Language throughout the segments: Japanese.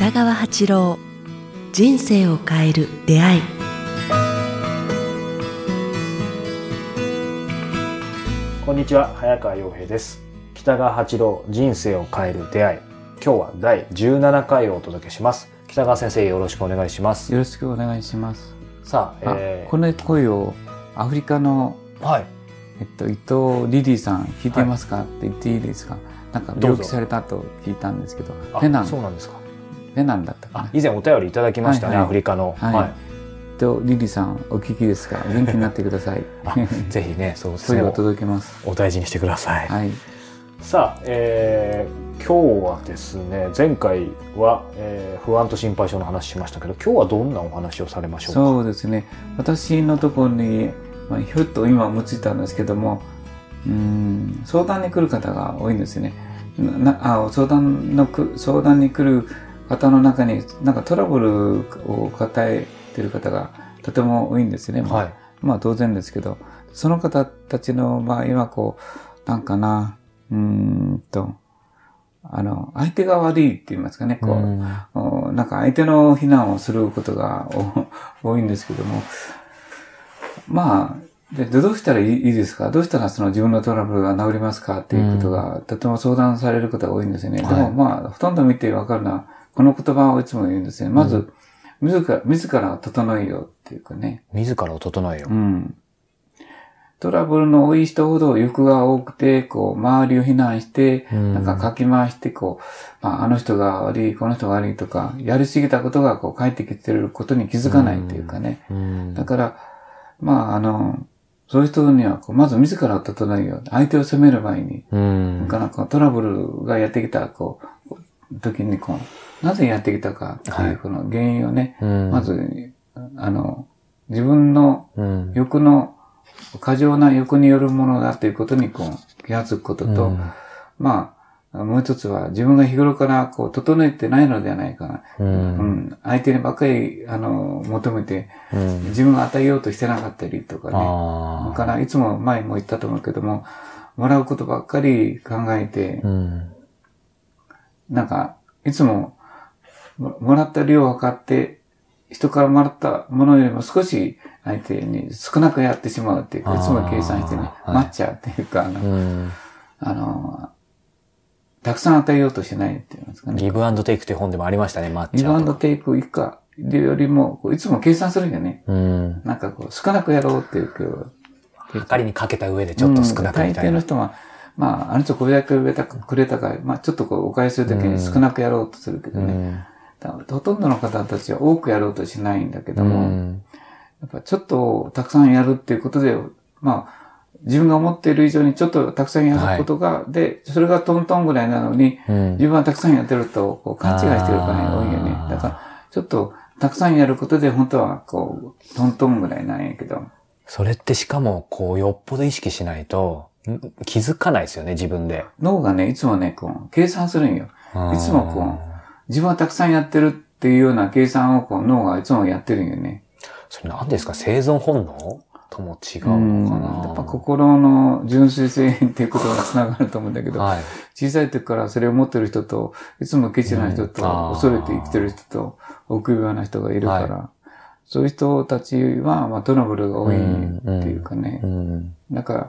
北川八郎、人生を変える出会い。 こんにちは、早川洋平です。北川八郎、人生を変える出会い。今日は第17回をお届けします。北川先生、よろしくお願いします。 よろしくお願いします。 さあ、 この声をアフリカの、 はい、 伊藤リリーさん聞いてますか、って言っていいですか？なんか病気されたと聞いたんですけど、 ペナン。そうなんですか。 ペナンだったかな。 以前お便りいただきましたね、アフリカの。 はい。伊藤リリーさん、お聞きですから、元気になってください。 ぜひね、そうですね。 声を届けます。 お大事にしてください。 はい。 さあ、今日はですね、前回は、不安と心配性の話しましたけど、今日はどんなお話をされましょうか？ そうですね。私のところに、ひょっと今思いついたんですけども、相談に来る方が多いんですよね。相談に来る方の中に、なんかトラブルを抱えている方がとても多いんですよね。 はい。 まあ当然ですけど、その方たちの場合はこう、なんかな、相手が悪いって言いますかね、なんか相手の非難をすることが多いんですけども、まあ、でどうしたらいいですか？どうしたらその自分のトラブルが治りますかっていうことが、とても相談されることが多いんですよね。でもまあ、ほとんど見てわかるのは、この言葉をいつも言うんですね。まず、自らを整えようっていうかね。 自らを整えよう。 トラブルの多い人ほど欲が多くて、周りを非難して、なんかかき回して、あの人が悪い、この人が悪いとか、やりすぎたことが返ってきてることに気づかないっていうかね。だから、そういう人には、まず自らを整えよう。相手を責める前に、トラブルがやってきた、時に、なぜやってきたかっていう、この原因をね、まず、自分の欲の、過剰な欲によるものだということに気がつくことと、もう一つは自分が日頃から整えてないのではないかな。相手にばっかり求めて、自分が与えようとしてなかったりとかね。だからいつも前も言ったと思うけども、もらうことばっかり考えて、なんかいつももらった量を測って、人からもらったものよりも少し相手に少なくやってしまうっていうか、いつも計算してね、待っちゃうっていうか、たくさん与えようとしないっていうんですかね。 ギブアンドテイクという本でもありましたね、待っちゃう。 ギブアンドテイク以下よりも、いつも計算するんよね。なんか少なくやろうっていう。 計りにかけた上でちょっと少なくみたいな。 大抵の人は、あの人これだけくれたから、ちょっとお返しするときに少なくやろうとするけどね。ほとんどの方たちは多くやろうとしないんだけども、やっぱちょっとたくさんやるっていうことで、自分が思っている以上にちょっとたくさんやることが、で、それがトントンぐらいなのに、自分はたくさんやってると、勘違いしてる場合が多いよね。だから、ちょっとたくさんやることで本当はトントンぐらいなんやけど。 それってしかも、よっぽど意識しないと、気づかないですよね、自分で。 脳がね、いつもね、計算するんよ。いつも自分はたくさんやってるっていうような計算を脳がいつもやってるんよね。 それ何ですか？生存本能とも違うのかな？ やっぱ心の純粋性っていうことが繋がると思うんだけど、小さい時からそれを持ってる人と、いつもケチな人と、恐れて生きてる人と、臆病な人がいるから、そういう人たちは、トラブルが多いっていうかね。だから、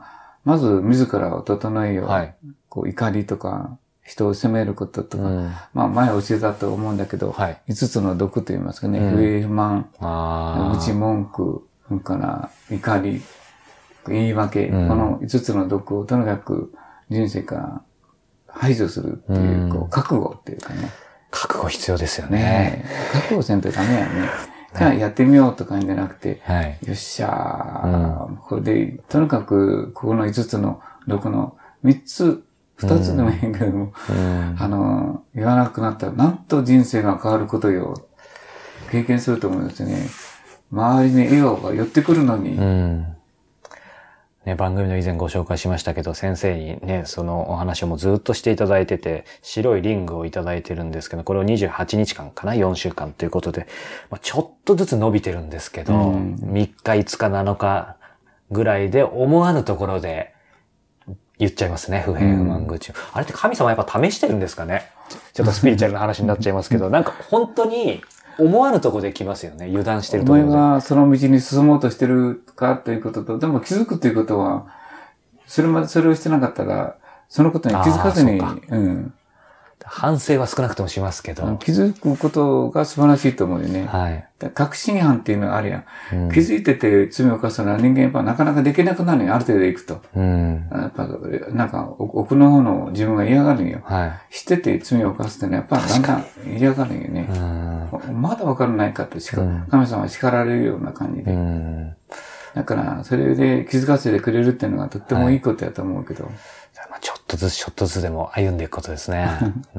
まず自らを整えよう。怒りとか、人を責めることとか、前教えたと思うんだけど、5つの毒と言いますかね、不平不満、愚痴文句、それから怒り、言い訳、この5つの毒をとにかく人生から排除するっていう、覚悟っていうかね。 覚悟必要ですよね。 覚悟せんとダメやね。じゃあやってみようとか言うんじゃなくて、よっしゃー、これで、とにかくここの5つの毒の3つ、2つでもいいけども、言わなくなったら、なんと人生が変わることよ、経験すると思うんですね。周りに笑顔が寄ってくるのに。 番組の以前ご紹介しましたけど、先生にね、そのお話をもうずっとしていただいてて、白いリングをいただいてるんですけど、これを28日間かな、4週間ということで、ちょっとずつ伸びてるんですけど、3日、5日、7日ぐらいで思わぬところで、 言っちゃいますね。不平不満愚痴。あれって神様やっぱ試してるんですかね。ちょっとスピリチュアルな話になっちゃいますけど、なんか本当に思わぬとこで来ますよね。油断してるところで。 お前がその道に進もうとしてるかということと、でも気づくということは、それをしてなかったら、そのことに気づかずに、 反省は少なくともしますけど。 気づくことが素晴らしいと思うよね。 はい。 確信犯っていうのはあるやん。気づいてて罪を犯すのは人間やっぱなかなかできなくなるよ。ある程度いくと。やっぱなんか奥の方の自分が嫌がるんよ。はい。知ってて罪を犯すってのはやっぱだんだん嫌がるんよね。まだわからないかと神様は叱られるような感じで。だから、それで気づかせてくれるっていうのがとってもいいことやと思うけど。 ちょっとずつでも歩んでいくことですね。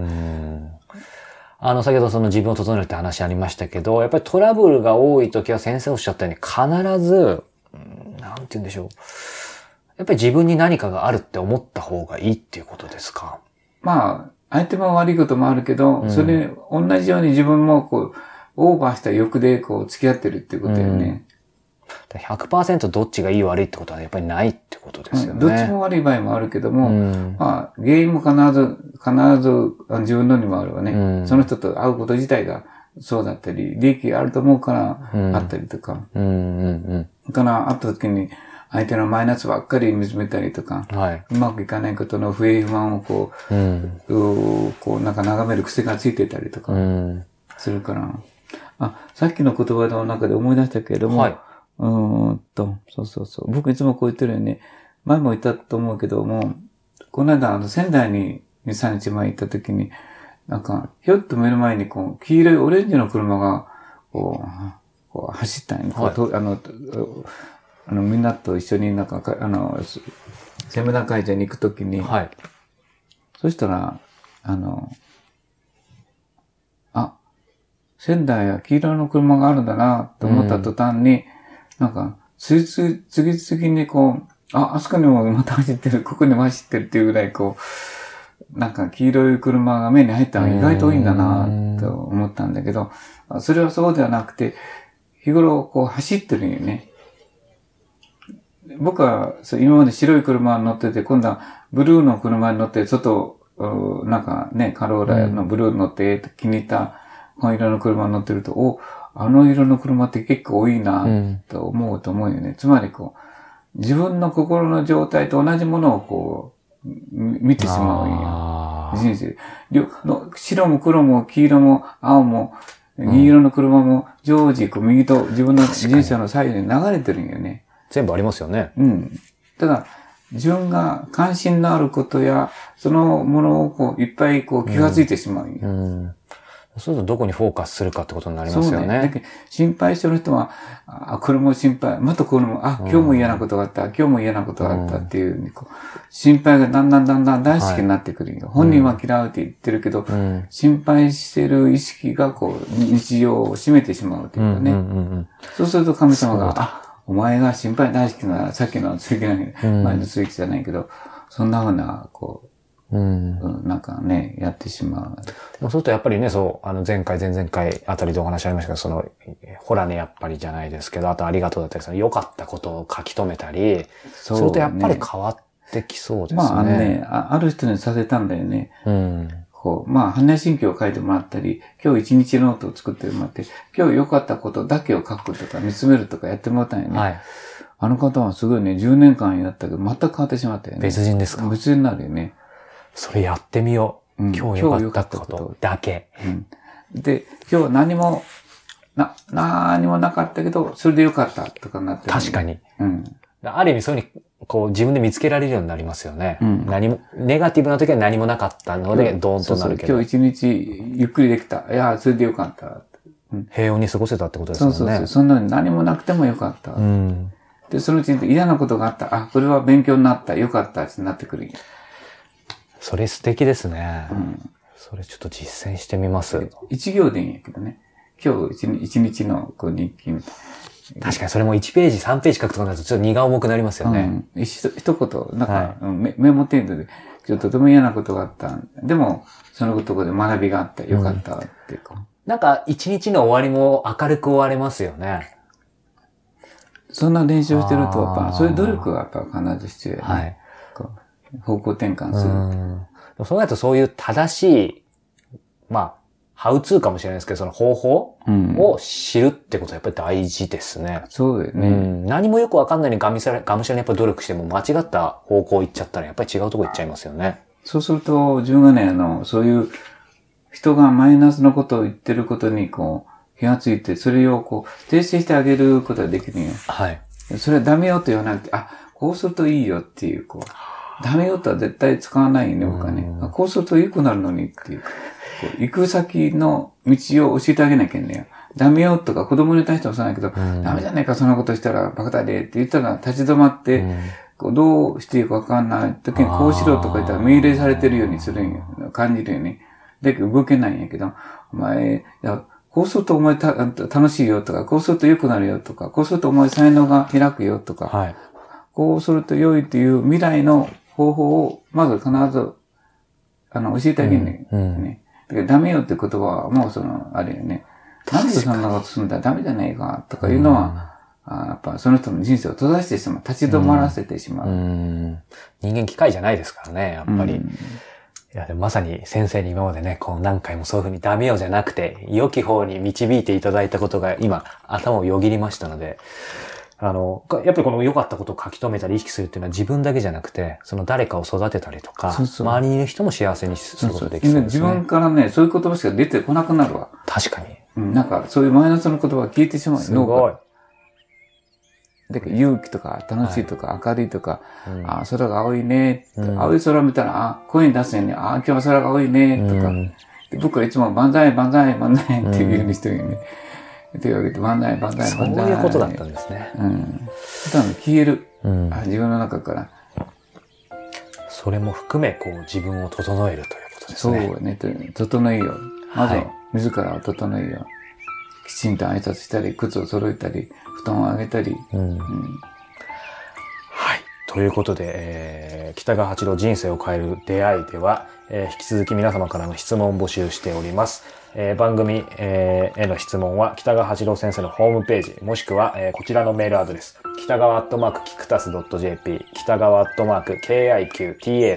先ほどその自分を整えるって話ありましたけど、やっぱりトラブルが多いときは先生おっしゃったように必ず、なんて言うんでしょう。やっぱり自分に何かがあるって思った方がいいっていうことですか？ まあ、相手も悪いこともあるけど、それ、同じように自分もオーバーした欲で付き合ってるっていうことよね。 100% どっちがいい悪いってことはやっぱりないってことですよね。 どっちも悪い場合もあるけども、まあ、原因も必ず自分のにもあるわね。その人と会うこと自体がそうだったり、利益があると思うからあったりとか。から会った時に相手のマイナスばっかり見つめたりとか、うまくいかないことの不平不満をなんか眺める癖がついてたりとかするから。さっきの言葉の中で思い出したけれども、そう。僕いつもこう言ってるよね。前も言ったと思うけども、この間仙台に2、3日前行った時に、なんか、ひょっと目の前に黄色いオレンジの車が、走ったんよ。みんなと一緒になんか、セミナー会場に行くときに、そしたら、仙台は黄色の車があるんだなと思った途端に、なんか、次々にあそこにもまた走ってる、ここにも走ってるっていうぐらいなんか黄色い車が目に入ったのが意外と多いんだなと思ったんだけど、それはそうではなくて、日頃走ってるんよね。僕は今まで白い車に乗ってて、今度はブルーの車に乗って、なんかね、カローラのブルーに乗って気に入った紺色の車に乗ってると、あの色の車って結構多いなと思うと思うよね。つまり自分の心の状態と同じものを見てしまうんよ。人生。白も黒も黄色も青も銀色の車も常時右と自分の人生の左右に流れてるんよね。 全部ありますよね。 ただ、自分が関心のあることや、そのものをいっぱい気がついてしまうんよ。 そうするとどこにフォーカスするかってことになりますよね。 だけど心配してる人は、これも心配、またこれも、今日も嫌なことがあった、今日も嫌なことがあったっていう、心配がだんだん大好きになってくるよ。本人は嫌うって言ってるけど、心配してる意識が日常を占めてしまうというかね。そうすると神様が、お前が心配大好きな、さっきの追記前の追記じゃないけど、そんなふうな、なんかね、やってしまう。 そうするとやっぱりね、前回、前々回あたりでお話ありましたけど、ほらね、やっぱりじゃないですけど、あとありがとうだったり、良かったことを書き留めたり、そうするとやっぱり変わってきそうですね。 ある人にさせたんだよね。般若心経を書いてもらったり、今日一日ノートを作ってもらって、今日良かったことだけを書くとか見つめるとかやってもらったんよね。あの方はすごいね、10年間やったけど、全く変わってしまったよね。 別人ですか？ 別人になるよね。 それやってみよう。今日良かったことだけ。 で、今日何もなかったけど、それで良かったとかなって、 確かに。ある意味そういうふうに自分で見つけられるようになりますよね。ネガティブな時は何もなかったので、ドーンとなるけど。 今日一日ゆっくりできた。いや、それで良かった。 平穏に過ごせたってことですよね。 そんなに何もなくても良かった。で、そのうちに嫌なことがあった。これは勉強になった。良かったってなってくる。 それ素敵ですね。それちょっと実践してみます。 一行でいいんやけどね。今日一日の日記みたいな。 確かにそれも1ページ、3ページ書くとかになるとちょっと荷が重くなりますよね。 一言、なんか、メモ程度で、今日とても嫌なことがあった。でも、そのところで学びがあった。よかったっていうか。 なんか、一日の終わりも明るく終われますよね。 そんな練習してると、やっぱ、そういう努力がやっぱ必ず必要やね。 方向転換する。 そうなるとそういう正しい、まあ、ハウツーかもしれないですけど、その方法を知るってことはやっぱり大事ですね。 そうだよね。 何もよくわかんないのにがむしゃらにやっぱり努力しても間違った方向行っちゃったらやっぱり違うとこ行っちゃいますよね。 そうすると、自分がね、そういう人がマイナスのことを言ってることに気がついて、それを訂正してあげることができるんよ。 はい。 それはダメよと言わなくて、こうするといいよっていう、ダメよとは絶対使わないよね、僕はね。こうすると良くなるのにっていう。行く先の道を教えてあげなきゃいけないよ。ダメよとか子供に対してもそうなんだけど、ダメじゃないか、そんなことしたらバカだでって言ったら立ち止まって、どうしていいかわかんない時にこうしろとか言ったら命令されてるようにするんよ。感じるよね。だけど動けないんやけど、お前、こうするとお前楽しいよとか、こうすると良くなるよとか、こうするとお前才能が開くよとか、はい、こうすると良いという未来の方法をまず必ず、教えてあげるね。だからダメよって言葉はもうあれよね。なんでそんなことするんだダメじゃないかとかいうのは、やっぱその人の人生を閉ざしてしまう。立ち止まらせてしまう。 人間機械じゃないですからね、やっぱり。いや、でもまさに先生に今までね、何回もそういうふうにダメよじゃなくて、良き方に導いていただいたことが今、頭をよぎりましたので、やっぱりこの良かったことを書き留めたり意識するっていうのは自分だけじゃなくて、その誰かを育てたりとか、周りにいる人も幸せにすることができそうですね。 自分からね、そういう言葉しか出てこなくなるわ。 確かに。 なんか、そういうマイナスの言葉を聞いてしまう。 すごい。 だから勇気とか楽しいとか明るいとか、空が青いね、青い空を見たら、声に出すよね、今日は空が青いね、とか、僕はいつも万歳万歳万歳っていうようにしてるよね。手を挙げて万歳万歳万歳。 そういうことだったんですね。 多分消える。自分の中から。 それも含め、自分を整えるということですね。 そうね、整えよう。まずは自らを整えよう。きちんと挨拶したり、靴を揃えたり、布団をあげたり。はい。 ということで、北川八郎人生を変える出会いでは、引き続き皆様からの質問を募集しております。番組、への質問は北川八郎先生のホームページ、もしくは、こちらのメールアドレス、北川キクタス .jp、北川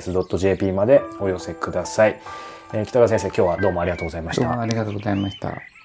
KIQTAS.jp までお寄せください。北川先生、今日はどうもありがとうございました。 どうもありがとうございました。